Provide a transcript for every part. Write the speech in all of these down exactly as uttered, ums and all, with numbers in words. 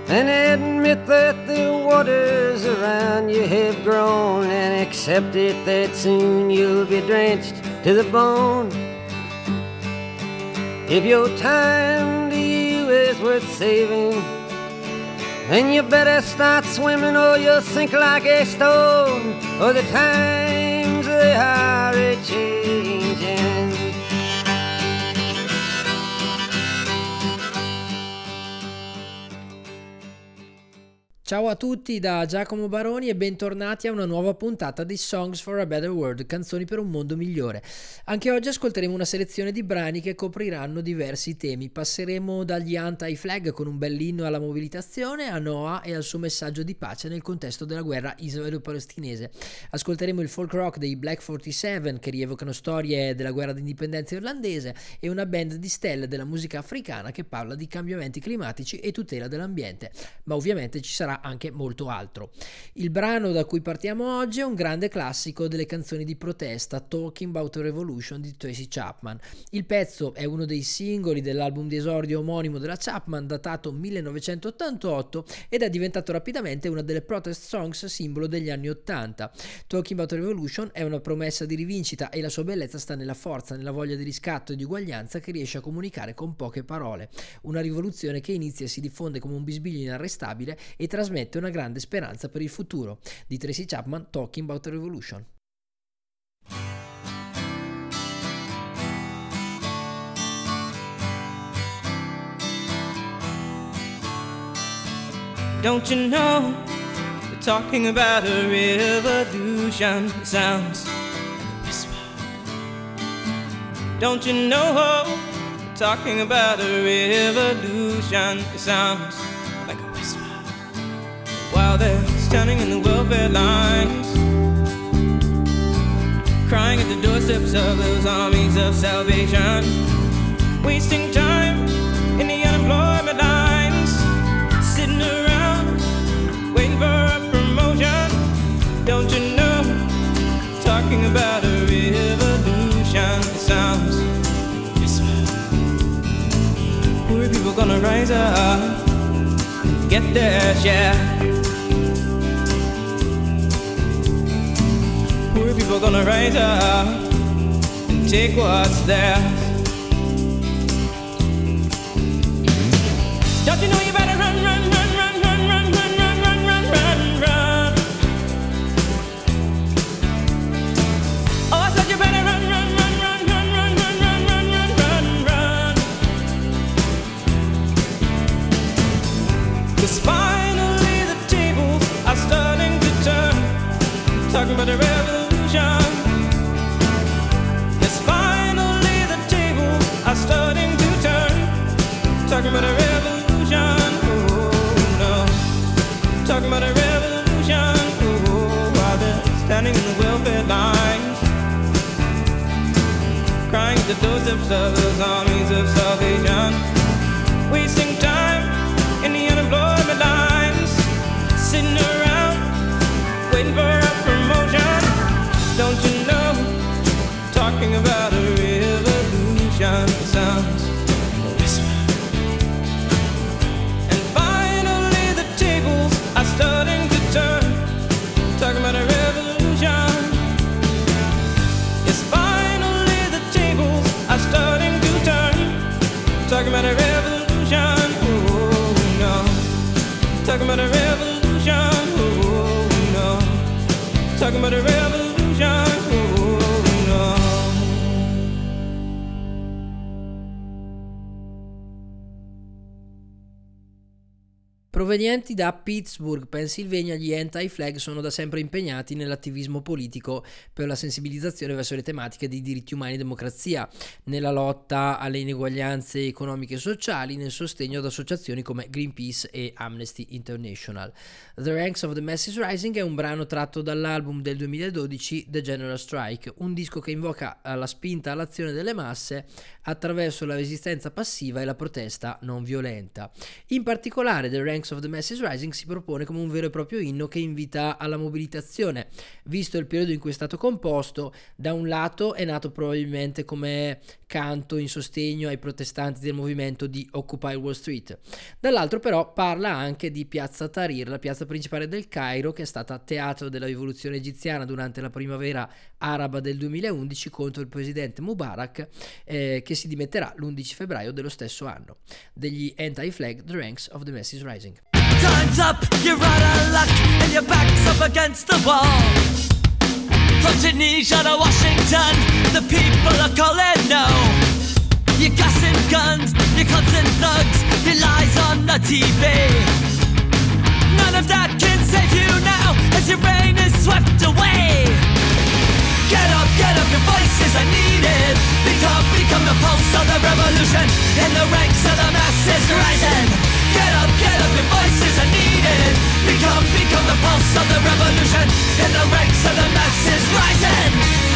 and admit that the waters around you have grown, and accept it that soon you'll be drenched to the bone. If your time to you is worth saving, then you better start swimming or you'll sink like a stone, or the times they are a-changing. Ciao a tutti da Giacomo Baroni e bentornati a una nuova puntata di Songs for a Better World, canzoni per un mondo migliore. Anche oggi ascolteremo una selezione di brani che copriranno diversi temi. Passeremo dagli anti-flag con un bell'inno alla mobilitazione a Noah e al suo messaggio di pace nel contesto della guerra israelo-palestinese. Ascolteremo il folk rock dei Black quarantasette che rievocano storie della guerra d'indipendenza irlandese e una band di stelle della musica africana che parla di cambiamenti climatici e tutela dell'ambiente. Ma ovviamente ci sarà anche molto altro. Il brano da cui partiamo oggi è un grande classico delle canzoni di protesta, Talking About a Revolution di Tracy Chapman. Il pezzo è uno dei singoli dell'album di esordio omonimo della Chapman, datato millenovecentottantotto, ed è diventato rapidamente una delle protest songs simbolo degli anni ottanta. Talking About a Revolution è una promessa di rivincita e la sua bellezza sta nella forza, nella voglia di riscatto e di uguaglianza che riesce a comunicare con poche parole. Una rivoluzione che inizia e si diffonde come un bisbiglio inarrestabile e trasmette una grande speranza per il futuro. Di Tracy Chapman, Talking About a Revolution. Don't you know, we're talking about a revolution. It sounds like a whisper. Don't you know, we're talking about a revolution. It sounds like a whisper. While they're standing in the welfare lines, crying at the doorsteps of those armies of salvation, wasting time in the unemployment lines, sitting around waiting for a promotion. Don't you know, talking about a revolution. It sounds whisper. Poor people gonna rise up and get their share. Poor people gonna rise up and take what's theirs. Don't you know you better run, run, run, run, run, run, run, run, run, run, run, run. Oh, I said you better run, run, run, run, run, run, run, run, run, run, run, run. 'Cause finally the tables are starting to turn. Talking about the revolution. Yes, finally the tables are starting to turn. Talking about a revolution, oh no. Talking about a revolution, oh, while they're standing in the welfare lines, crying at the doorsteps of those armies of salvation, wasting time in the unemployment lines, sitting around waiting for a promotion. Don't you know, talking about a revolution sounds like a whisper. And finally the tables are starting to turn. Talking about a revolution. Yes, finally the tables are starting to turn. Talking about a revolution, oh no. Talking about a revolution, oh no. Talking about a revolution. Provenienti da Pittsburgh, Pennsylvania, gli anti-flag sono da sempre impegnati nell'attivismo politico per la sensibilizzazione verso le tematiche di diritti umani e democrazia, nella lotta alle ineguaglianze economiche e sociali, nel sostegno ad associazioni come Greenpeace e Amnesty International. The Ranks of the Masses Rising è un brano tratto dall'album del duemiladodici The General Strike, un disco che invoca la spinta all'azione delle masse attraverso la resistenza passiva e la protesta non violenta. In particolare The Ranks Ranks of the Masses Rising si propone come un vero e proprio inno che invita alla mobilitazione. Visto il periodo in cui è stato composto, da un lato è nato probabilmente come canto in sostegno ai protestanti del movimento di Occupy Wall Street, dall'altro però parla anche di Piazza Tahrir, la piazza principale del Cairo, che è stata teatro della rivoluzione egiziana durante la primavera araba del duemilaundici contro il presidente Mubarak, eh, che si dimetterà l'undici febbraio dello stesso anno. Degli Anti-Flag, The Ranks of the Masses Rising. Time's up, you're out of luck, and your back's up against the wall. From Tunisia to Washington, the people are calling no. Your gas and guns, your clubs and thugs, your lies on the T V. None of that can save you now, as your reign is swept away. Get up, get up, your voices are needed. Become, become the pulse of the revolution, in the ranks of the masses rising. Get up, get up, your voices are needed. Become, become the pulse of the revolution, in the ranks of the masses rising.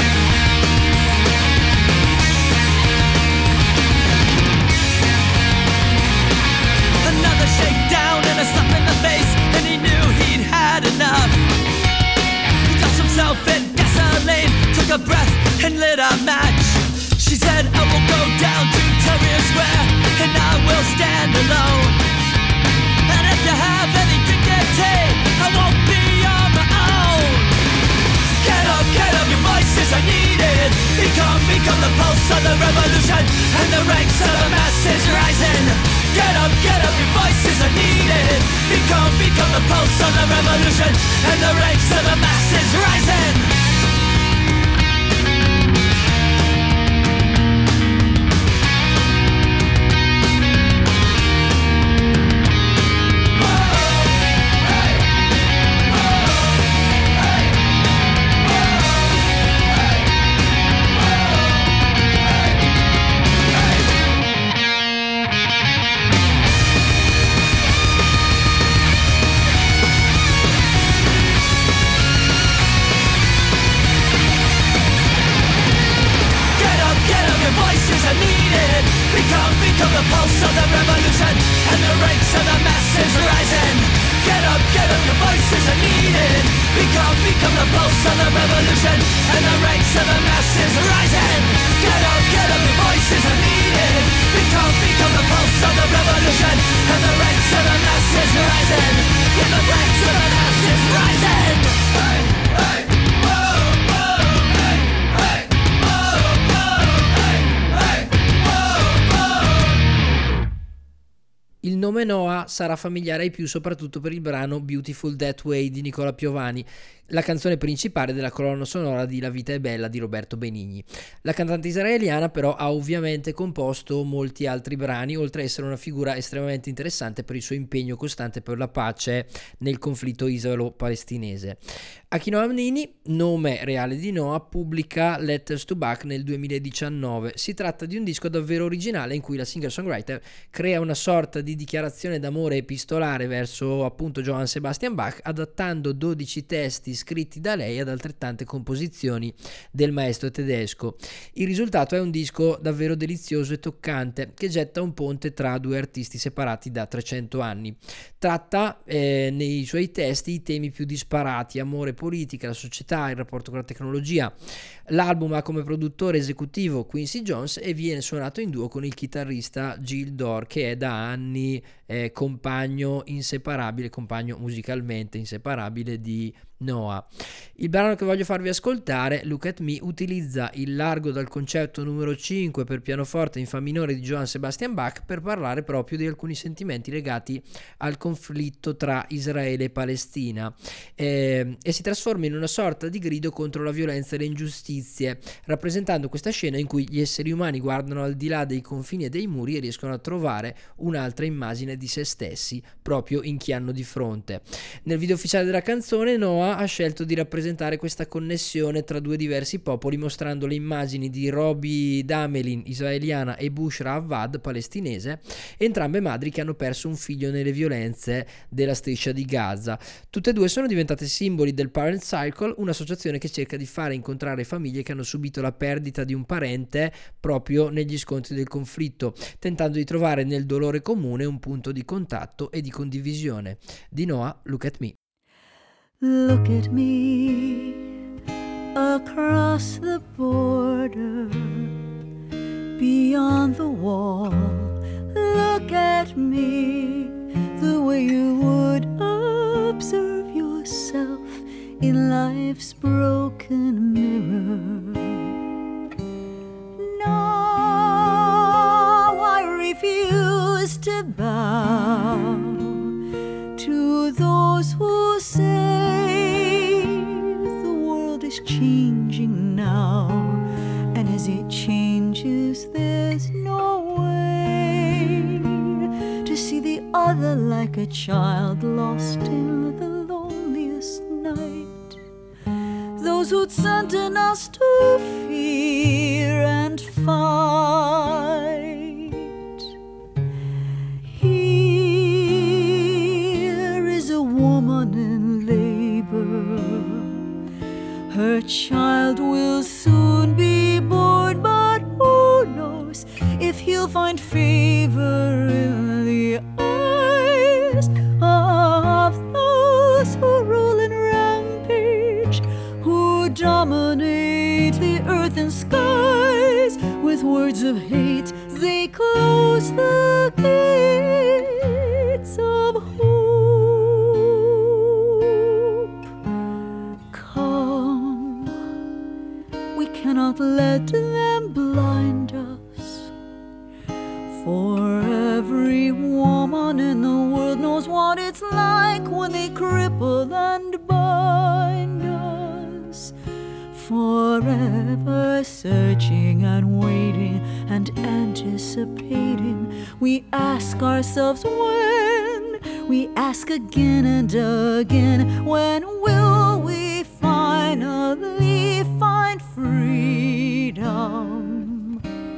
Another shakedown and a slap in the face, and he knew he'd had enough. He doused himself in gasoline, took a breath and lit a match. She said, I will go down to Tahrir Square, and I will stand alone. And if you have any dignity, I won't be on my own. Get up, get up, your voices are needed. Become, become the pulse of the revolution, and the ranks of the masses rising. Get up, get up, your voices are needed. Become, become the pulse of the revolution, and the ranks of the masses rising. Become, become the pulse of the revolution, and the ranks of the masses rising. Get up, get up, your voices are needed. Become, become the pulse of the revolution, and the ranks of the masses rising. Get up, get up, your voices are needed. Become, become the pulse of the revolution, and the ranks of the masses rising. In the ranks of the masses rising. Hey, hey. Il nome Noah sarà familiare ai più soprattutto per il brano Beautiful That Way di Nicola Piovani, la canzone principale della colonna sonora di La vita è bella di Roberto Benigni. La cantante israeliana però ha ovviamente composto molti altri brani, oltre a essere una figura estremamente interessante per il suo impegno costante per la pace nel conflitto israelo-palestinese. Achinoam Nini, nome reale di Noah, pubblica Letters to Bach nel duemiladiciannove. Si tratta di un disco davvero originale in cui la singer-songwriter crea una sorta di dichiarazione d'amore epistolare verso appunto Johann Sebastian Bach, adattando dodici testi scritti da lei ad altrettante composizioni del maestro tedesco. Il risultato è un disco davvero delizioso e toccante che getta un ponte tra due artisti separati da trecento anni. Tratta eh, nei suoi testi i temi più disparati: amore, politica, la società, il rapporto con la tecnologia. L'album ha come produttore esecutivo Quincy Jones e viene suonato in duo con il chitarrista Gil Dor, che è da anni eh, compagno inseparabile, compagno musicalmente inseparabile di Noah. Il brano che voglio farvi ascoltare, Look at Me, utilizza il largo dal concerto numero cinque per pianoforte in fa minore di Johann Sebastian Bach per parlare proprio di alcuni sentimenti legati al conflitto tra Israele e Palestina, eh, e si trasforma in una sorta di grido contro la violenza e le ingiustizie, rappresentando questa scena in cui gli esseri umani guardano al di là dei confini e dei muri e riescono a trovare un'altra immagine di se stessi proprio in chi hanno di fronte. Nel video ufficiale della canzone Noah Noah ha scelto di rappresentare questa connessione tra due diversi popoli mostrando le immagini di Robi Damelin, israeliana, e Bushra Awad, palestinese, entrambe madri che hanno perso un figlio nelle violenze della striscia di Gaza. Tutte e due sono diventate simboli del Parent Circle, un'associazione che cerca di fare incontrare famiglie che hanno subito la perdita di un parente proprio negli scontri del conflitto, tentando di trovare nel dolore comune un punto di contatto e di condivisione. Di Noah, Look at Me. Look at me across the border, beyond the wall. Look at me the way you would observe yourself in life's broken mirror. No, I refuse to bow to those who say the world is changing now, and as it changes there's no way to see the other like a child lost in the loneliest night. Those who'd sentence us to fear and fight. Her child will soon be born, but who knows if he'll find favor in the eyes of those who rule and rampage, who dominate the earth and skies. With words of hate they close the gates of hope. Cannot let them blind us, for every woman in the world knows what it's like when they cripple and bind us. Forever searching and waiting and anticipating, we ask ourselves when, we ask again and again, when will we finally find freedom?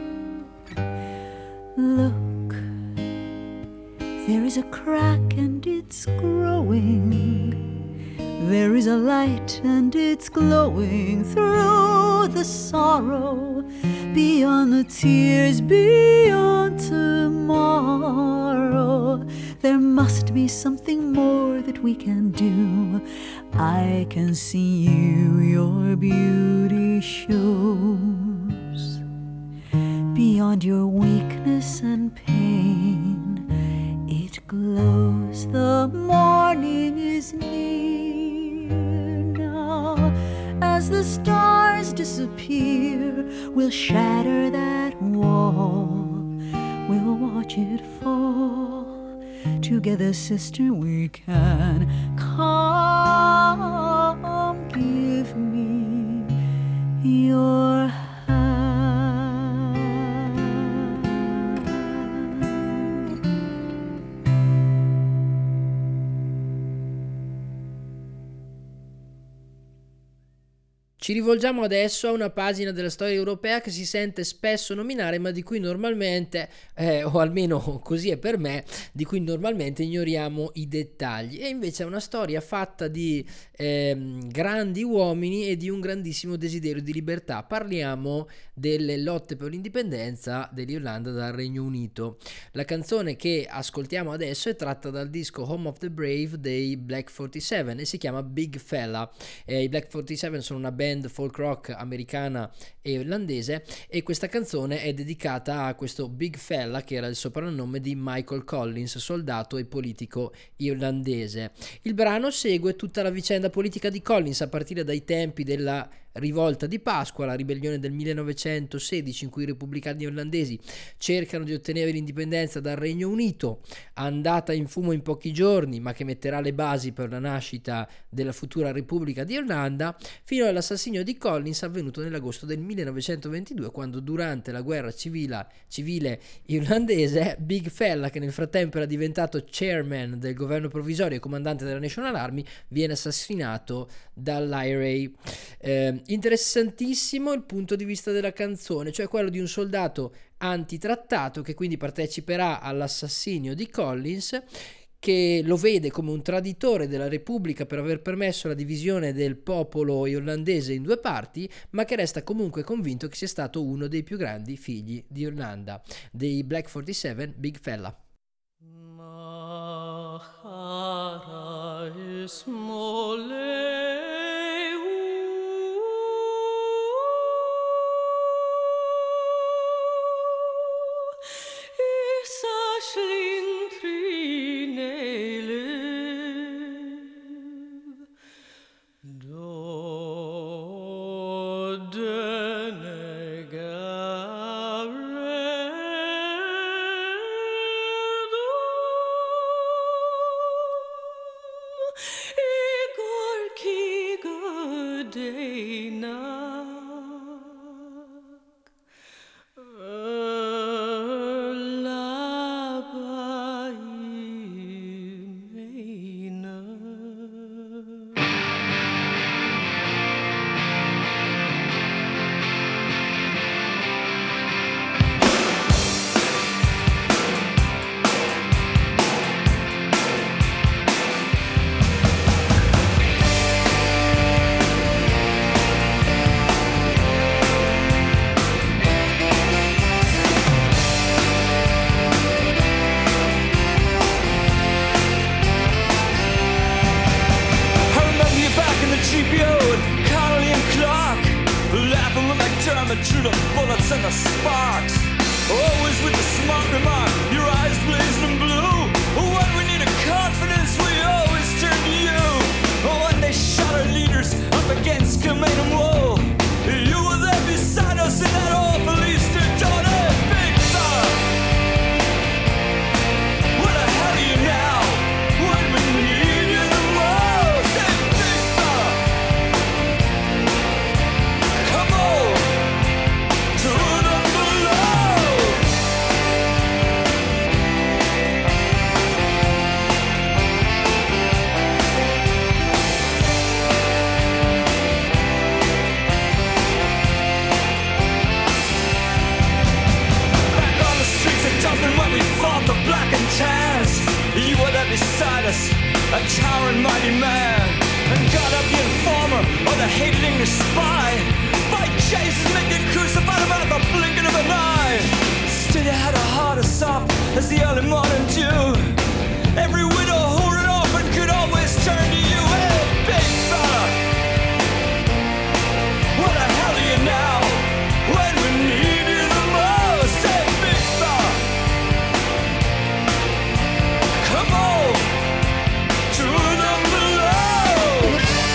Look, there is a crack and it's growing. There is a light and it's glowing through the sorrow, beyond the tears, beyond tomorrow. There must be something more that we can do. I can see you, your beauty shows. Beyond your weakness and pain, it glows. The morning is near now. As the stars disappear, we'll shatter that wall. We'll watch it fall. Together, sister, we can. Come, give me your hand. Ci rivolgiamo adesso a una pagina della storia europea che si sente spesso nominare, ma di cui normalmente, eh, o almeno così è per me, di cui normalmente ignoriamo i dettagli. E invece è una storia fatta di eh, grandi uomini e di un grandissimo desiderio di libertà. Parliamo delle lotte per l'indipendenza dell'Irlanda dal Regno Unito. La canzone che ascoltiamo adesso è tratta dal disco Home of the Brave dei Black quarantasette e si chiama Big Fella. Eh, I Black quarantasette sono una band folk rock americana e irlandese e questa canzone è dedicata a questo Big Fella che era il soprannome di Michael Collins, soldato e politico irlandese. Il brano segue tutta la vicenda politica di Collins a partire dai tempi della rivolta di Pasqua, la ribellione del millenovecentosedici in cui i repubblicani irlandesi cercano di ottenere l'indipendenza dal Regno Unito, andata in fumo in pochi giorni ma che metterà le basi per la nascita della futura Repubblica d'Irlanda, fino all'assassinio di Collins avvenuto nell'agosto del millenovecentoventidue, quando durante la guerra civile, civile irlandese Big Fella, che nel frattempo era diventato chairman del governo provvisorio e comandante della National Army, viene assassinato dall'I R A. Eh, interessantissimo il punto di vista della canzone, cioè quello di un soldato antitrattato che quindi parteciperà all'assassinio di Collins, che lo vede come un traditore della Repubblica per aver permesso la divisione del popolo irlandese in due parti, ma che resta comunque convinto che sia stato uno dei più grandi figli di Irlanda. Dei Black quarantasette, Big Fella. Through the bullets and the sparks, always with the smart remark, your eyes blazing blue. When we need a confidence, we always turn to you. When they shot our leaders up against command and woe, you were there beside us in that awful Easter dawn. Hey, Big Fella, where the hell are you now? When we need you the most. Hey, Big Fella, come on. You were there beside us, a towering mighty man, and got up the informer or the hated English spy. By Jesus, make you crucified him out the blinking of an eye. Still you had a heart as soft as the early morning dew. Every widow, whore and orphan could always turn to you. Hey, Big Fella, where the hell are you now? When we need you the most. Hey, Big Fella, come on, to them below.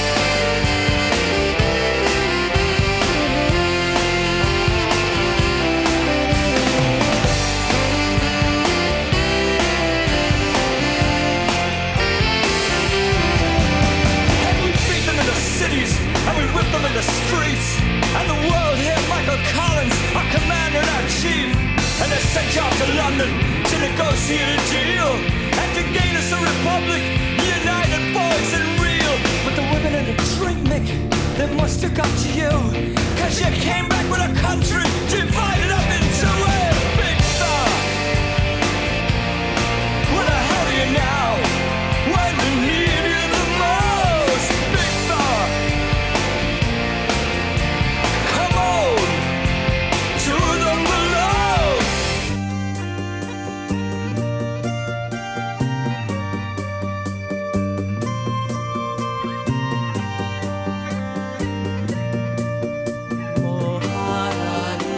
And we beat them in the cities, and we whipped them in the streets. And the world heard Michael Collins, our commander and our chief. And they sent you off to London to negotiate a deal, and to gain us a republic, united boys and real. But the women and the drink, Mick, they must have got to you, cause you came back with a country divided up into a Big Fella. Where the hell are you now? When we need you the most. Big Fella, come on, to them below. Oh,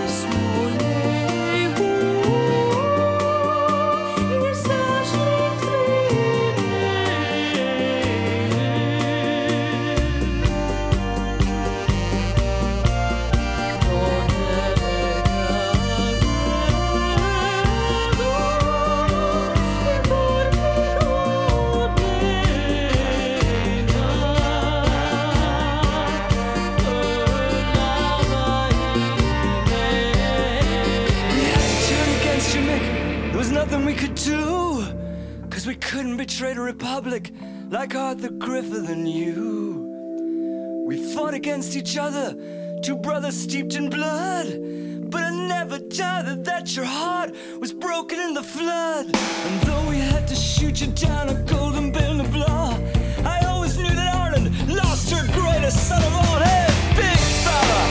betrayed a republic like Arthur Griffith and you. We fought against each other, two brothers steeped in blood. But I never doubted that your heart was broken in the flood. And though we had to shoot you down a golden bill of law, I always knew that Ireland lost her greatest son of all. Hey, big fella,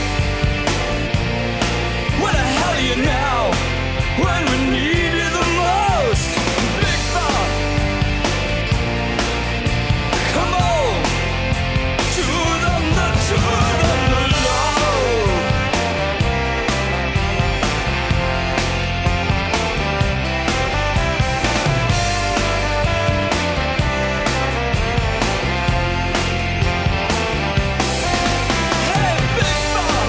where the hell are you now? When we need you the most, big fella, come on, to them the to them the low. Hey, big fella,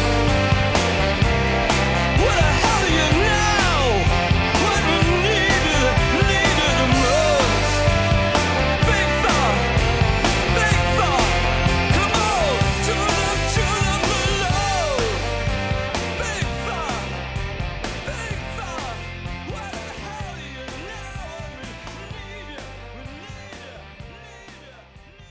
where the hell are you now? When we need you, need you the most, big fella, big fella, come on, to them, to them below, big fella, big fella, where the hell are you now? When we need you, we need you, need you, need you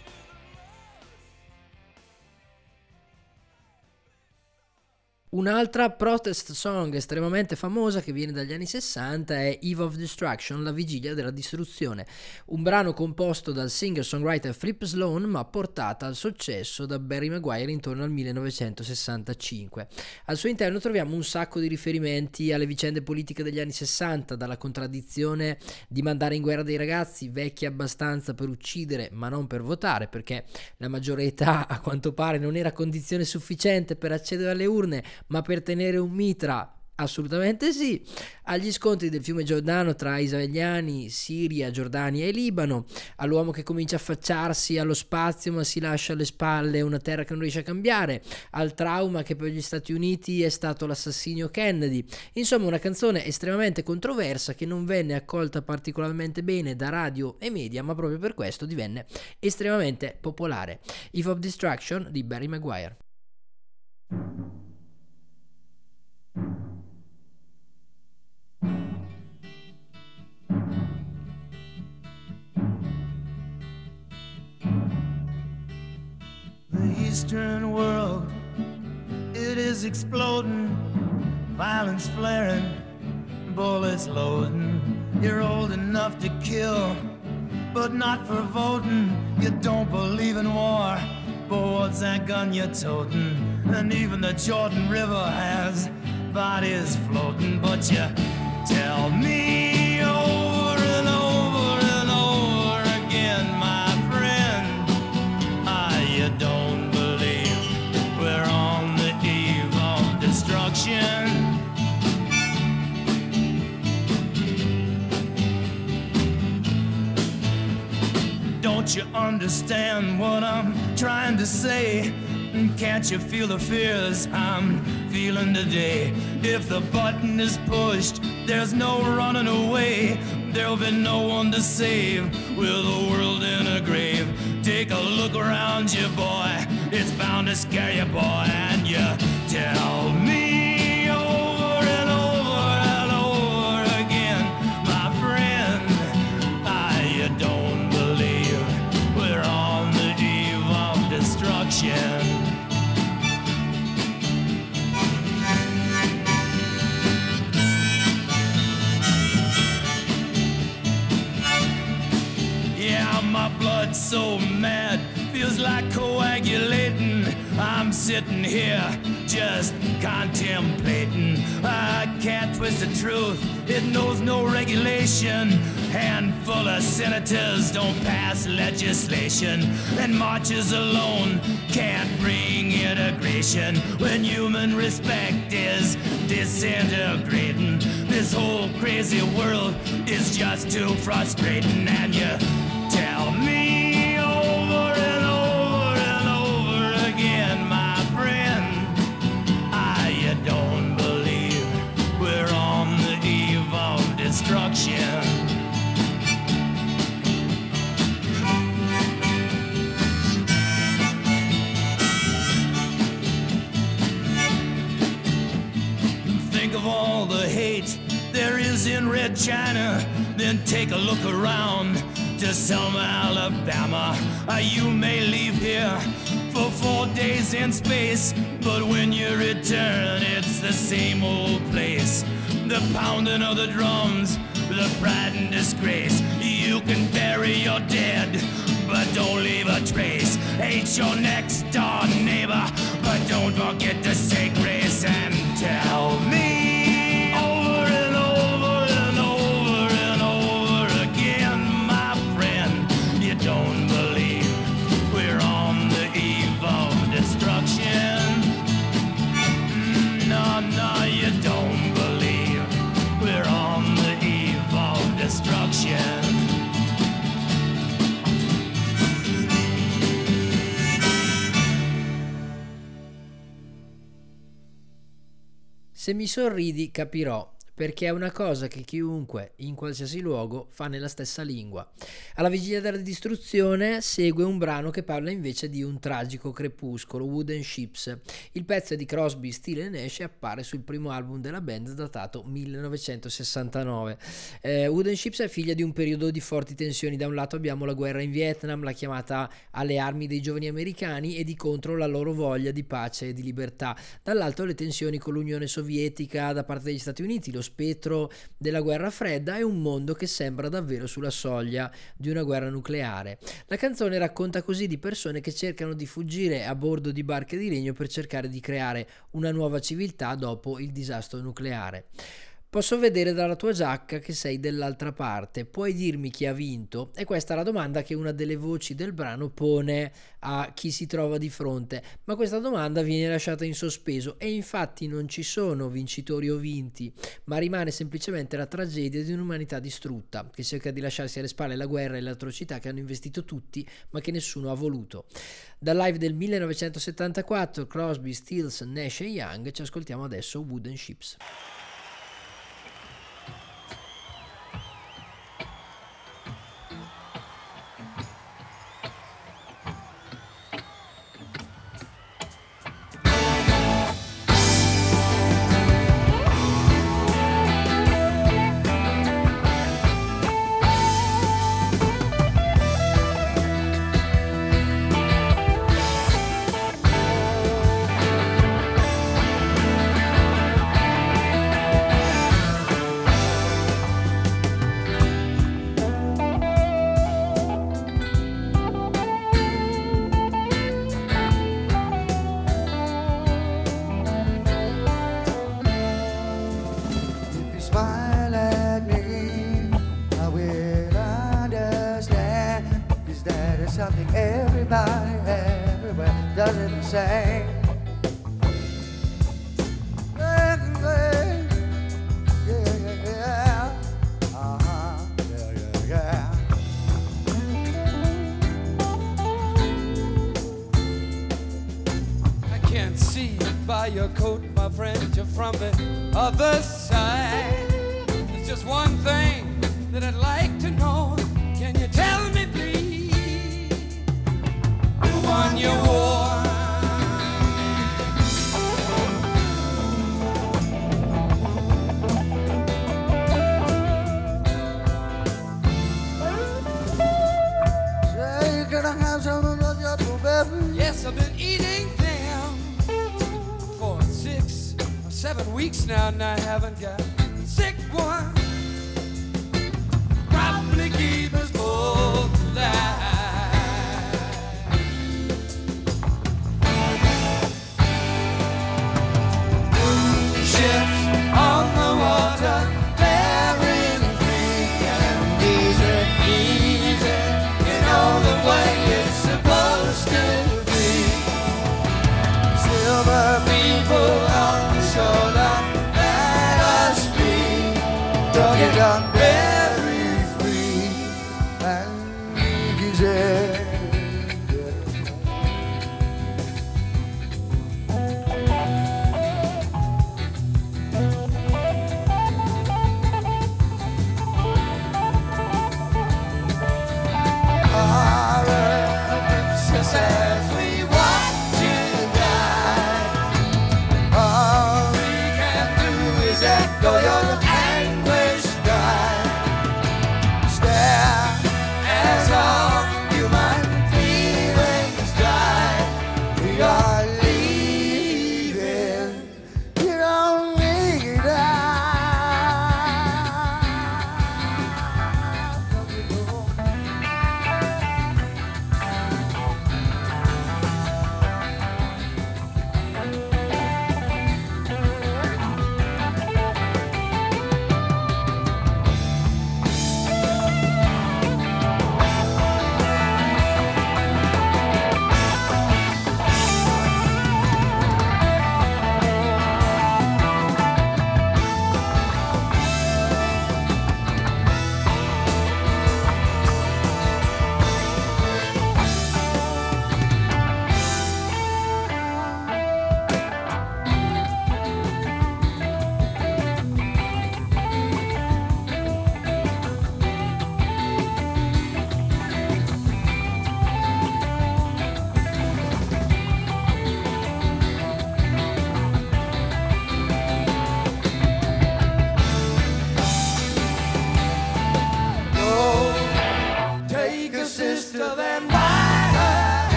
Un'altra protest song estremamente famosa che viene dagli anni sessanta è Eve of Destruction, la vigilia della distruzione, un brano composto dal singer-songwriter Flip Sloan ma portata al successo da Barry Maguire intorno al millenovecentosessantacinque. Al suo interno troviamo un sacco di riferimenti alle vicende politiche degli anni sessanta, dalla contraddizione di mandare in guerra dei ragazzi vecchi abbastanza per uccidere ma non per votare, perché la maggiore età a quanto pare non era condizione sufficiente per accedere alle urne, ma per tenere un mitra assolutamente sì, agli scontri del fiume Giordano tra israeliani, Siria, Giordania e Libano, all'uomo che comincia a affacciarsi allo spazio ma si lascia alle spalle una terra che non riesce a cambiare, al trauma che per gli Stati Uniti è stato l'assassinio Kennedy. Insomma, una canzone estremamente controversa che non venne accolta particolarmente bene da radio e media, ma proprio per questo divenne estremamente popolare. Eve of Destruction di Barry Maguire. The Eastern world, it is exploding, violence flaring, bullets loading. You're old enough to kill, but not for voting. You don't believe in war, but what's that gun you're toting? And even the Jordan River has bodies floating. But you tell me over and over and over again, my friend, ah, you don't believe we're on the eve of destruction. Don't you understand what I'm trying to say? Can't you feel the fears I'm feeling today? If the button is pushed, there's no running away. There'll be no one to save with the world in a grave. Take a look around you, boy. It's bound to scare you, boy. And you tell me over and over and over again, my friend, ah, you don't believe we're on the eve of destruction. My blood's so mad, feels like coagulating. I'm sitting here just contemplating. I can't twist the truth, it knows no regulation. Handful of senators don't pass legislation, and marches alone can't bring integration. When human respect is disintegrating, this whole crazy world is just too frustrating. And you tell me over and over and over again, my friend, ah, you don't believe we're on the eve of destruction. Think of all the hate there is in Red China, then take a look around to Selma, Alabama. Uh, you may leave here for four days in space, but when you return, it's the same old place. The pounding of the drums, the pride and disgrace. You can bury your dead, but don't leave a trace. Hate your next door neighbor, but don't forget to say grace and tell me over and over and over and over again, my friend, you don't believe we're on the eve of destruction. No, no, you don't believe we're on the eve of destruction. Se mi sorridi capirò, perché è una cosa che chiunque in qualsiasi luogo fa nella stessa lingua. Alla vigilia della distruzione segue un brano che parla invece di un tragico crepuscolo, Wooden Ships. Il pezzo è di Crosby, Stills e Nash e appare sul primo album della band datato millenovecentosessantanove. Eh, Wooden Ships è figlia di un periodo di forti tensioni. Da un lato abbiamo la guerra in Vietnam, la chiamata alle armi dei giovani americani e di contro la loro voglia di pace e di libertà. Dall'altro le tensioni con l'Unione Sovietica da parte degli Stati Uniti, lo spettro della guerra fredda e un mondo che sembra davvero sulla soglia di una guerra nucleare. La canzone racconta così di persone che cercano di fuggire a bordo di barche di legno per cercare di creare una nuova civiltà dopo il disastro nucleare. Posso vedere dalla tua giacca che sei dell'altra parte, puoi dirmi chi ha vinto? E questa è la domanda che una delle voci del brano pone a chi si trova di fronte, ma questa domanda viene lasciata in sospeso e infatti non ci sono vincitori o vinti, ma rimane semplicemente la tragedia di un'umanità distrutta che cerca di lasciarsi alle spalle la guerra e le atrocità che hanno investito tutti ma che nessuno ha voluto. Dal live del millenovecentosettantaquattro, Crosby, Stills, Nash e Young, ci ascoltiamo adesso Wooden Ships. Something everybody everywhere does it the same. Yeah, yeah, yeah, uh-huh, yeah, yeah, yeah. I can't see by your coat, my friend, you're from the other side. There's just one thing that I'd like to know. Can you tell me, please? On your war, say, can I have some of your baby? Yes, I've been eating them for six or seven weeks now, and I haven't got sick one. Probably keep us both alive. On the water, bearing free and easy, easy. You know the way it's supposed to be. Silver people on the shoulder, let us be. Dog it on, very free and easy. All right.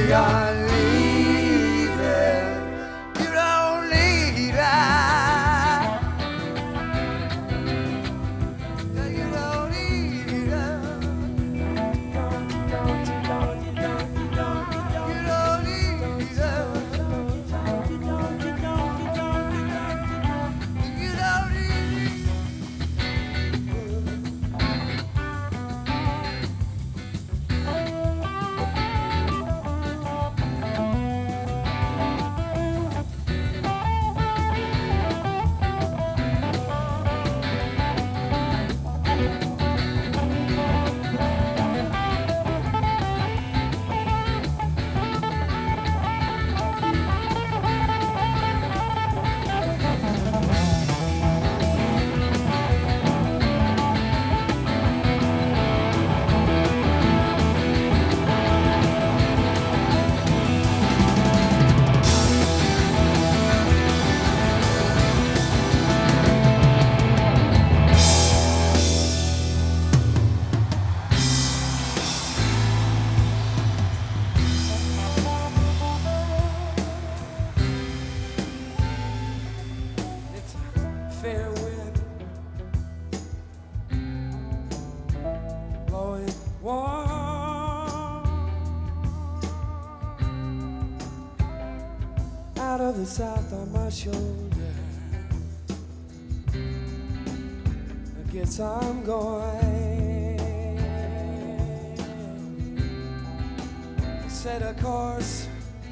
you're leaving. You don't need that. You don't need that. You don't need that. You don't need fair wind blowing warm out of the south on my shoulder. I guess I'm going to set a course.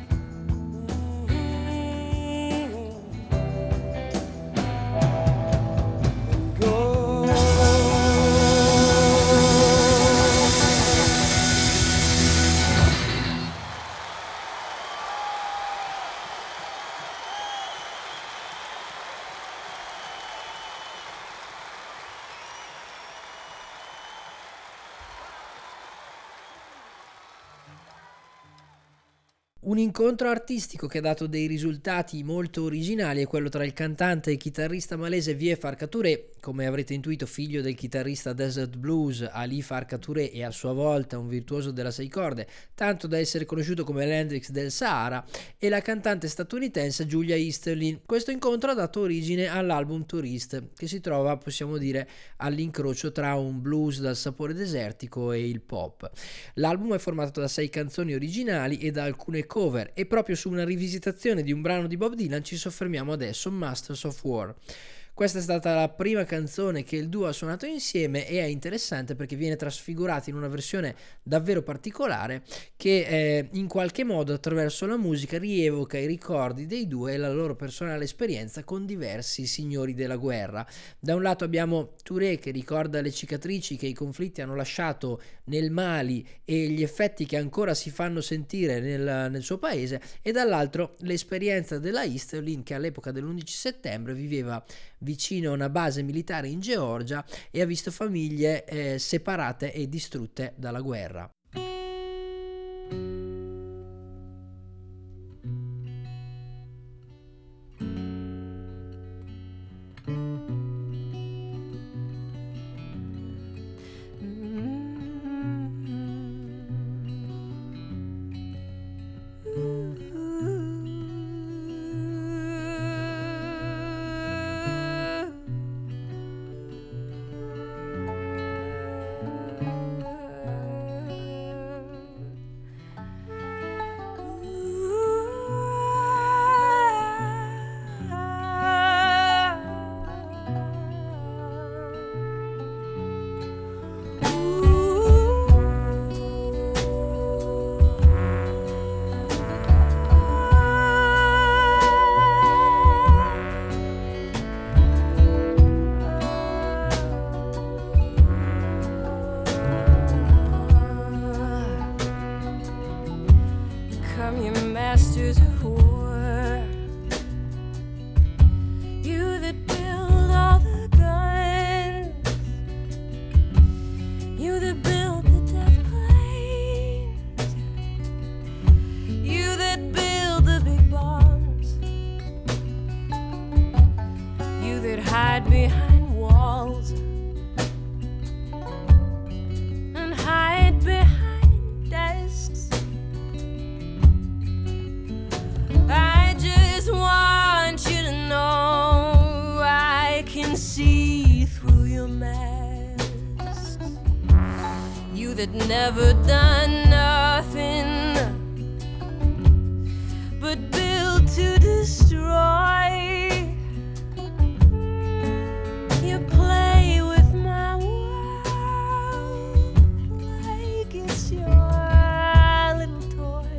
Un incontro artistico che ha dato dei risultati molto originali è quello tra il cantante e chitarrista malese Vie Farka Touré, come avrete intuito figlio del chitarrista Desert Blues Ali Farka Touré e a sua volta un virtuoso della sei corde, tanto da essere conosciuto come l'Hendrix del Sahara, e la cantante statunitense Julia Easterlin. Questo incontro ha dato origine all'album Tourist, che si trova, possiamo dire, all'incrocio tra un blues dal sapore desertico e il pop. L'album è formato da sei canzoni originali e da alcune cover, e proprio su una rivisitazione di un brano di Bob Dylan ci soffermiamo adesso, Masters of War. Questa è stata la prima canzone che il duo ha suonato insieme e è interessante perché viene trasfigurata in una versione davvero particolare che eh, in qualche modo attraverso la musica rievoca i ricordi dei due e la loro personale esperienza con diversi signori della guerra. Da un lato abbiamo Touré che ricorda le cicatrici che i conflitti hanno lasciato nel Mali e gli effetti che ancora si fanno sentire nel, nel suo paese, e dall'altro l'esperienza della Easterlin che all'epoca dell'undici settembre viveva vicino a una base militare in Georgia e ha visto famiglie eh, separate e distrutte dalla guerra. hide behind walls and hide behind desks. that never done nothing but built to destroy. You play with my world like it's your little toy.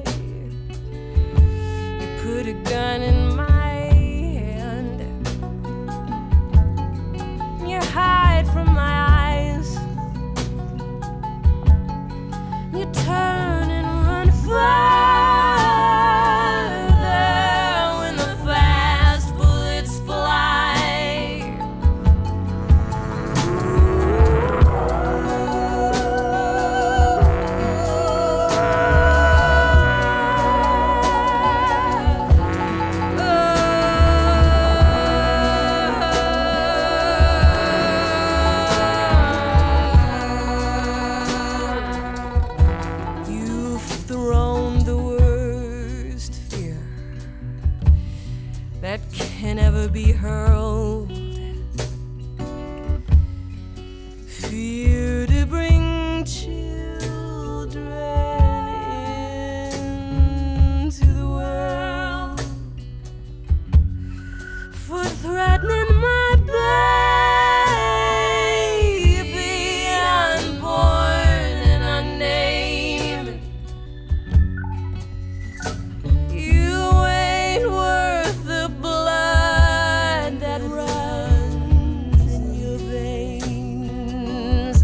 You put a gun in my hand. You hide from my eyes. You turn and run further when the fast bullets fly. You've thrown the worst fear that can ever be hurled. Fear to bring children into the world. For threatening my baby unborn and unnamed. You ain't worth the blood that runs in your veins.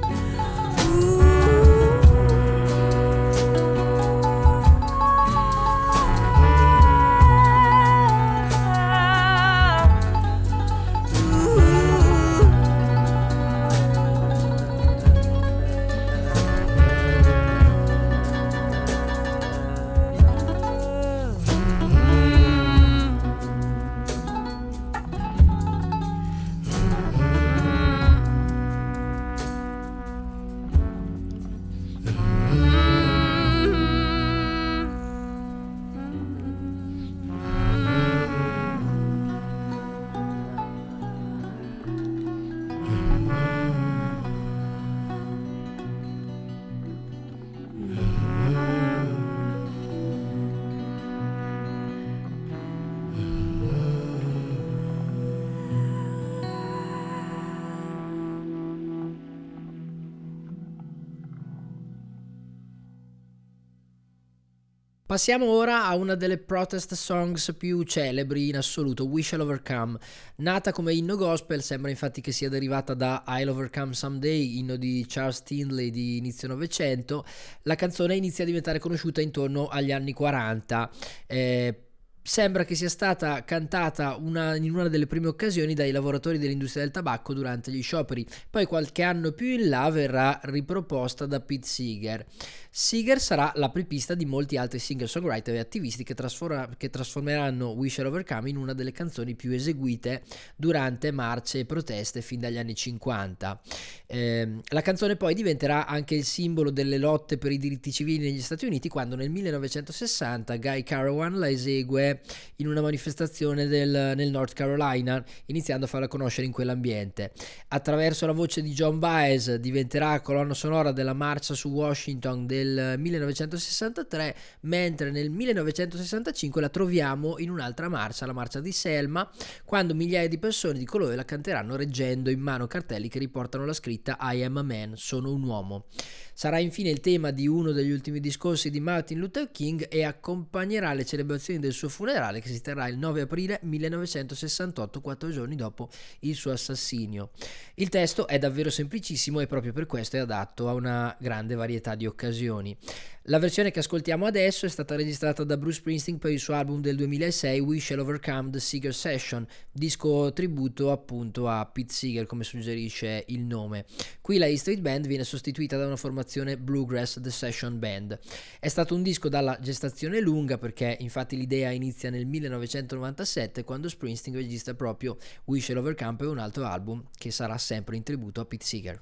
Passiamo ora a una delle protest songs più celebri in assoluto, We Shall Overcome. Nata come inno gospel, sembra infatti che sia derivata da I'll Overcome Someday, inno di Charles Tindley di inizio Novecento. La canzone inizia a diventare conosciuta intorno agli anni quaranta. Eh, Sembra che sia stata cantata una, in una delle prime occasioni dai lavoratori dell'industria del tabacco durante gli scioperi, poi qualche anno più in là verrà riproposta da Pete Seeger. Seeger sarà l'apripista di molti altri singer-songwriter e attivisti che, trasforma, che trasformeranno We Shall Overcome in una delle canzoni più eseguite durante marce e proteste fin dagli anni cinquanta. Eh, la canzone poi diventerà anche il simbolo delle lotte per i diritti civili negli Stati Uniti, quando nel millenovecentosessanta Guy Carawan la esegue in una manifestazione del, nel North Carolina, iniziando a farla conoscere in quell'ambiente. Attraverso la voce di John Baez diventerà colonna sonora della marcia su Washington del millenovecentosessantatré, mentre nel millenovecentosessantacinque la troviamo in un'altra marcia, la marcia di Selma, quando migliaia di persone di colore la canteranno reggendo in mano cartelli che riportano la scritta I am a man, sono un uomo. Sarà infine il tema di uno degli ultimi discorsi di Martin Luther King e accompagnerà le celebrazioni del suo funerale, che si terrà il nove aprile millenovecentosessantotto, quattro giorni dopo il suo assassinio. Il testo è davvero semplicissimo e proprio per questo è adatto a una grande varietà di occasioni. La versione che ascoltiamo adesso è stata registrata da Bruce Springsteen per il suo album del duemilasei We Shall Overcome The Seeger Session, disco tributo appunto a Pete Seeger, come suggerisce il nome. Qui la E Street Band viene sostituita da una formazione Bluegrass The Session Band. È stato un disco dalla gestazione lunga, perché infatti l'idea inizia nel millenovecentonovantasette, quando Springsteen registra proprio We Shall Overcome per un altro album che sarà sempre in tributo a Pete Seeger.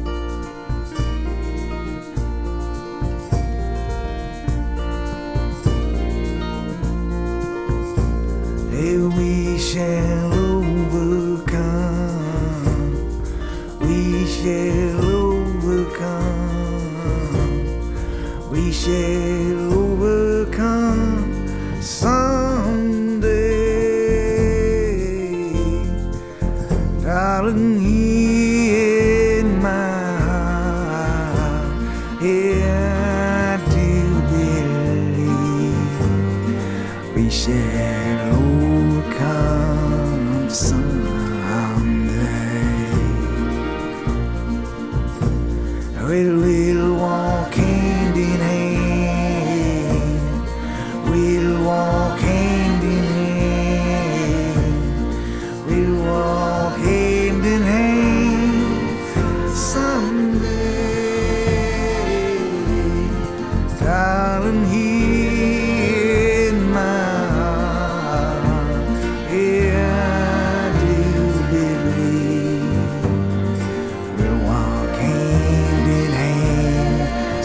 Hey, we shall overcome, we shall overcome. shall overcome someday. Darling, here in my heart, yeah, I do believe we shall overcome someday. We'll, we'll walk hand in hand. We'll walk hand in hand. We'll walk hand in hand someday. Darling, here in my heart, yeah, I do believe we'll walk hand in hand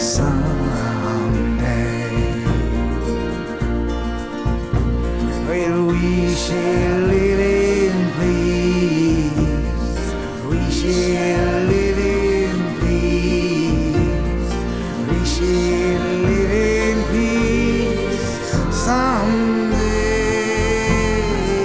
someday. Well, we shall live in peace. We shall live in peace. We shall live in peace someday.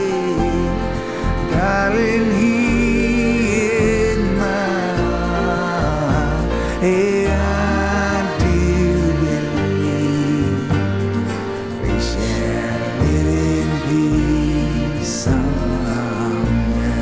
Darling, here in my heart, yeah, I do believe we shall live in peace someday.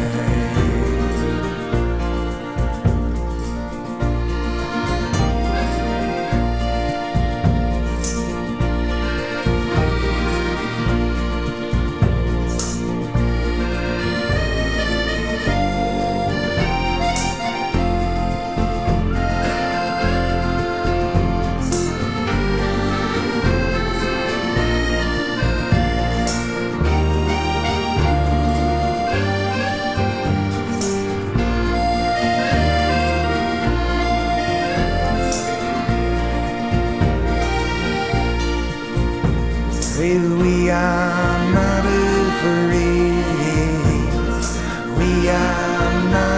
Well, we are not afraid. We are not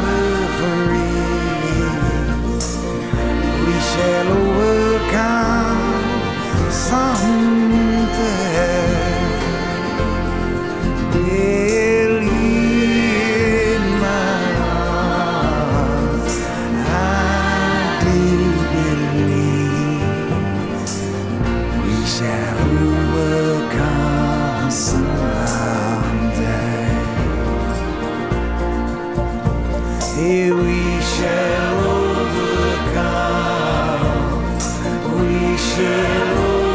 afraid. We shall overcome someday. Well, in my heart, I do believe we shall overcome someday. Here we shall overcome. We shall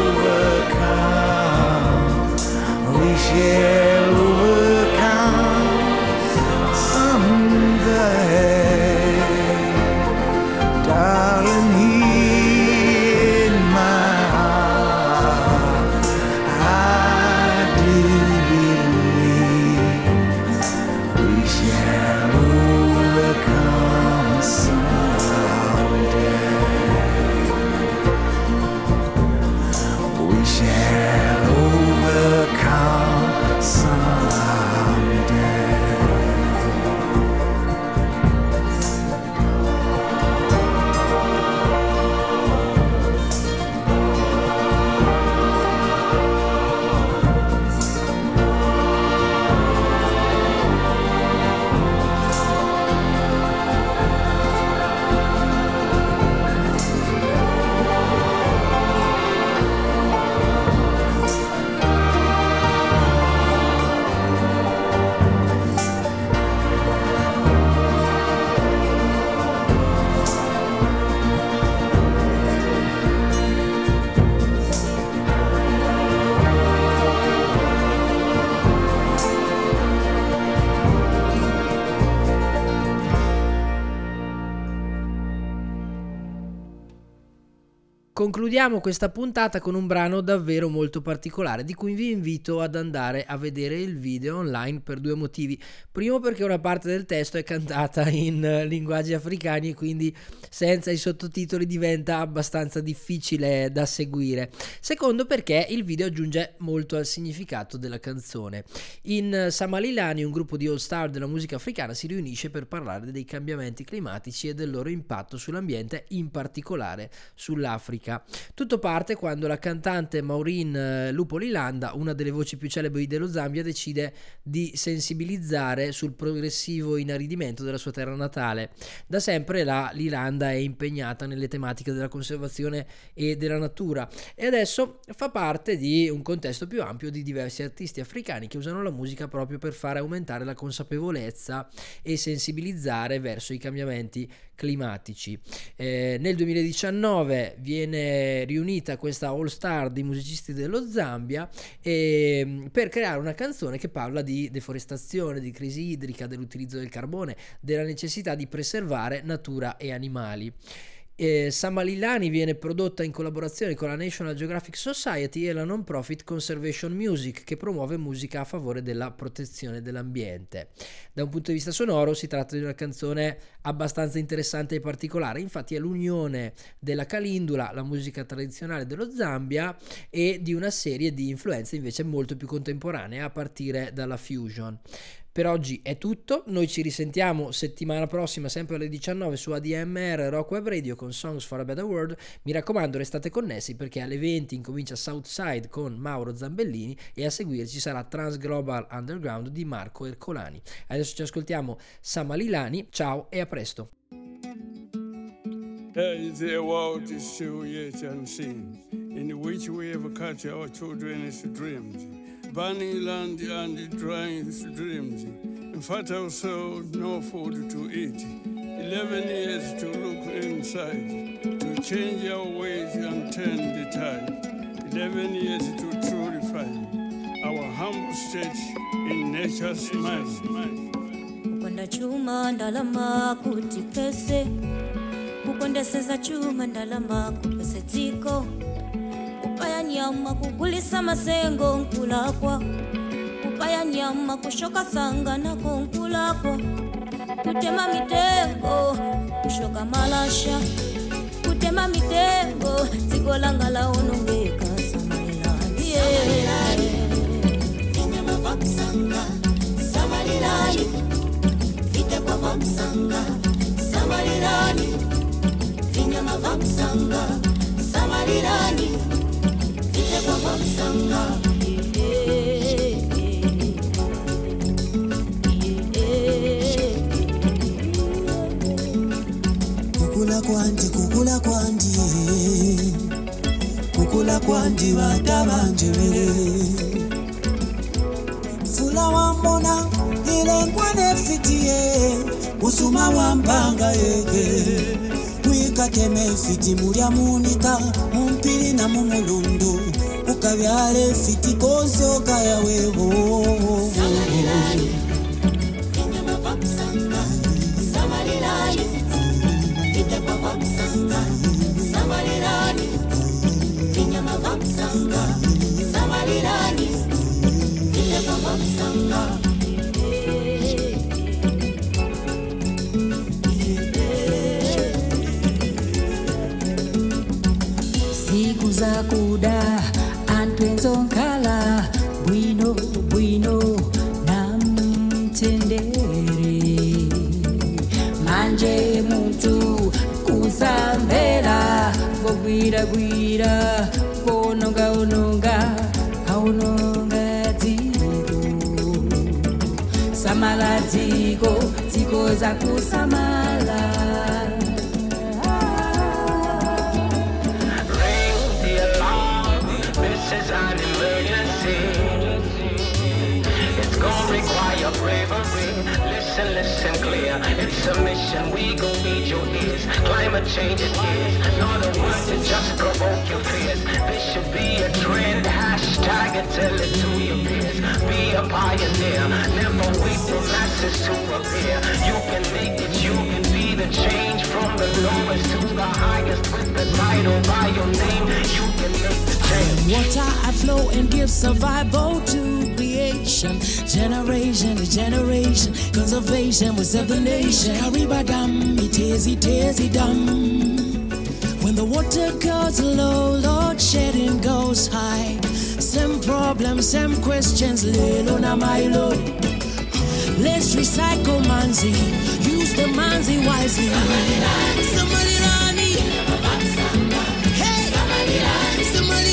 overcome. We shall overcome someday. Darling, here in my heart, I do believe we shall overcome someday. We shall overcome someday. Concludiamo questa puntata con un brano davvero molto particolare, di cui vi invito ad andare a vedere il video online per due motivi. Primo, perché una parte del testo è cantata in linguaggi africani e quindi senza i sottotitoli diventa abbastanza difficile da seguire. Secondo, perché il video aggiunge molto al significato della canzone. In Samalilani, un gruppo di all-star della musica africana si riunisce per parlare dei cambiamenti climatici e del loro impatto sull'ambiente, in particolare sull'Africa. musica. Tutto parte quando la cantante Maureen Lupo Lilanda, una delle voci più celebri dello Zambia, decide di sensibilizzare sul progressivo inaridimento della sua terra natale. Da sempre la Lilanda è impegnata nelle tematiche della conservazione e della natura e adesso fa parte di un contesto più ampio di diversi artisti africani che usano la musica proprio per fare aumentare la consapevolezza e sensibilizzare verso i cambiamenti climatici. Eh, nel duemiladiciannove viene riunita questa all star di musicisti dello Zambia e, per creare una canzone che parla di deforestazione, di crisi idrica, dell'utilizzo del carbone, della necessità di preservare natura e animali. Eh, Samalilani viene prodotta in collaborazione con la National Geographic Society e la non-profit Conservation Music, che promuove musica a favore della protezione dell'ambiente. Da un punto di vista sonoro si tratta di una canzone abbastanza interessante e particolare, infatti è l'unione della calindula, la musica tradizionale dello Zambia, e di una serie di influenze invece molto più contemporanee a partire dalla fusion. Per oggi è tutto, noi ci risentiamo settimana prossima sempre alle diciannove su A D M R Rock Web Radio con Songs for a Better World. Mi raccomando, restate connessi perché alle venti incomincia Southside con Mauro Zambellini e a seguire ci sarà Trans Global Underground di Marco Ercolani. Adesso ci ascoltiamo Samalilani, ciao e a presto. Hey, the world is so yet unseen, in which we have cut our children's dreams. Burning land and drying dreams. In fact, also no food to eat. Eleven years to look inside, to change our ways and turn the tide. Eleven years to truly find our humble state in nature's mind. Kukonda chuma ndalama kuti pese, kukonda seza chuma ndalama kupese tiko. Kupaya nyama kugulisa masengo nkulakwa, kupaya nyama kushoka sanga nako nkulakwa, kutema mitengo kushoka malasha, kutema mitengo zigolangala onongeka Samalilani. Vinyama vamsanga Samalilani, vite kwa vamsanga Samalilani, vinyama vamsanga Samalilani. Kukula kwandi, kukula kwandi, kukula kwandi watabanjebele. Fula wambona ile nkwane fitiye, usuma wampanga yeke. Mwikateme fiti mulya munika, mumpili na mumulundu. Ukavyale fiti kozo kaya webo. Samalilani, vinyama vamsanga Samalilani, vite kwa vamsanga Samalilani, vinyama vamsanga Samalilani, vite kwa vamsanga. Siku za kuda antwenzonkala bwino bwino namtendere manje muntu kuzambera bogwira gwira bononga ononga aononga dziko samala dziko dziko za kusamala. An emergency, it's gonna require bravery. Listen, listen clear, it's a mission, we gon' need your ears. Climate change it is, not a word to just provoke your fears. This should be a trend, hashtag and tell it to your peers. Be a pioneer, never wait for masses to appear. You can make it, you can be the change from the lowest to the highest with the title by your name. You can make the change. Water I flow and give survival to creation. Generation to generation, conservation will save the nation. Kariba dam, it is, it is, it dam. When the water goes low, Lord shedding goes high. Same problems, same questions, little na my Lord. Let's recycle manzi, use the manzi wisely. Somebody, Somebody, Hey! Somebody